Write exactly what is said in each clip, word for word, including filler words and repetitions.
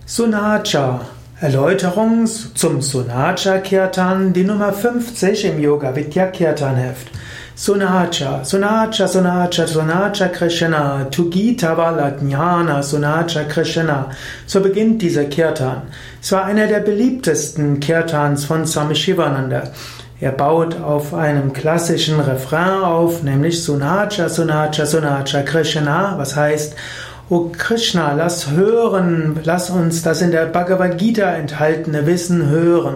Sunacha. Erläuterung zum Sunacha Kirtan, die Nummer fünfzig im Yoga Vidya Kirtan Heft. Sunacha, Sunacha, Sunacha, Sunacha Krishna, Tugita Valadnyana, Sunacha Krishna. So beginnt dieser Kirtan. Es war einer der beliebtesten Kirtans von Swami Shivananda. Er baut auf einem klassischen Refrain auf, nämlich Sunacha, Sunacha, Sunacha Krishna, was heißt: O Krishna, lass hören, lass uns das in der Bhagavad Gita enthaltene Wissen hören.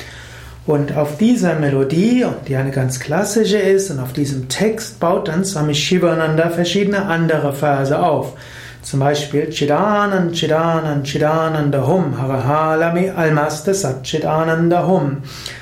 Und auf dieser Melodie, die eine ganz klassische ist, und auf diesem Text baut dann Swami Shivananda verschiedene andere Verse auf. Zum Beispiel Chidanand, Chidanand, Chidananda Hum, Harahalami Almaste Sat Chidananda Hum.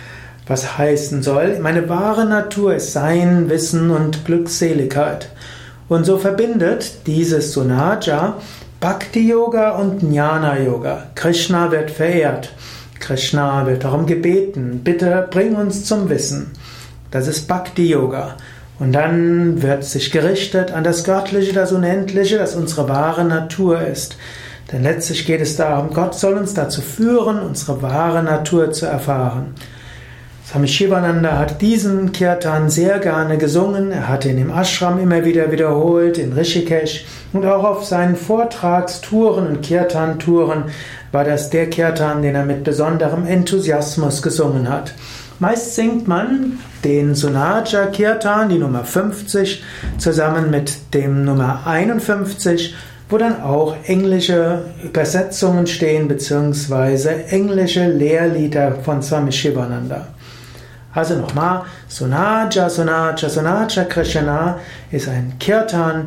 Was heißen soll, meine wahre Natur ist Sein, Wissen und Glückseligkeit. Und so verbindet dieses Sunacha Bhakti-Yoga und Jnana-Yoga. Krishna wird verehrt. Krishna wird darum gebeten, bitte bring uns zum Wissen. Das ist Bhakti-Yoga. Und dann wird sich gerichtet an das Göttliche, das Unendliche, das unsere wahre Natur ist. Denn letztlich geht es darum, Gott soll uns dazu führen, unsere wahre Natur zu erfahren. Swami Shivananda hat diesen Kirtan sehr gerne gesungen. Er hat ihn im Ashram immer wieder wiederholt, in Rishikesh. Und auch auf seinen Vortragstouren und Kirtan-Touren war das der Kirtan, den er mit besonderem Enthusiasmus gesungen hat. Meist singt man den Sunacha Kirtan, die Nummer fünfzig, zusammen mit dem Nummer einundfünfzig, wo dann auch englische Übersetzungen stehen, beziehungsweise englische Lehrlieder von Swami Shivananda. Also nochmal, Sunacha, Sunacha, Sunacha Krishna ist ein Kirtan,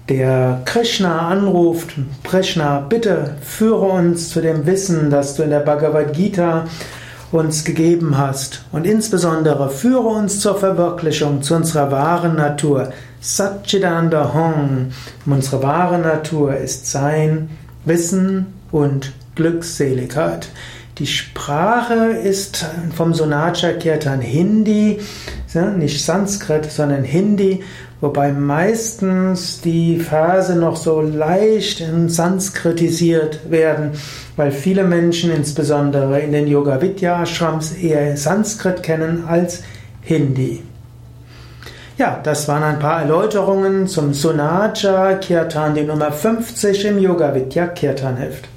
der Krishna anruft: Krishna, bitte führe uns zu dem Wissen, das du in der Bhagavad Gita uns gegeben hast. Und insbesondere führe uns zur Verwirklichung, zu unserer wahren Natur. Satchidananda Hum. Unsere wahre Natur ist Sein, Wissen und Glückseligkeit. Die Sprache ist vom Sunacha Kirtan Hindi, nicht Sanskrit, sondern Hindi, wobei meistens die Verse noch so leicht in Sanskritisiert werden, weil viele Menschen, insbesondere in den Yoga Vidya Ashrams, eher Sanskrit kennen als Hindi. Ja, das waren ein paar Erläuterungen zum Sunacha Kirtan, die Nummer fünfzig im Yoga Vidya Kirtan Heft.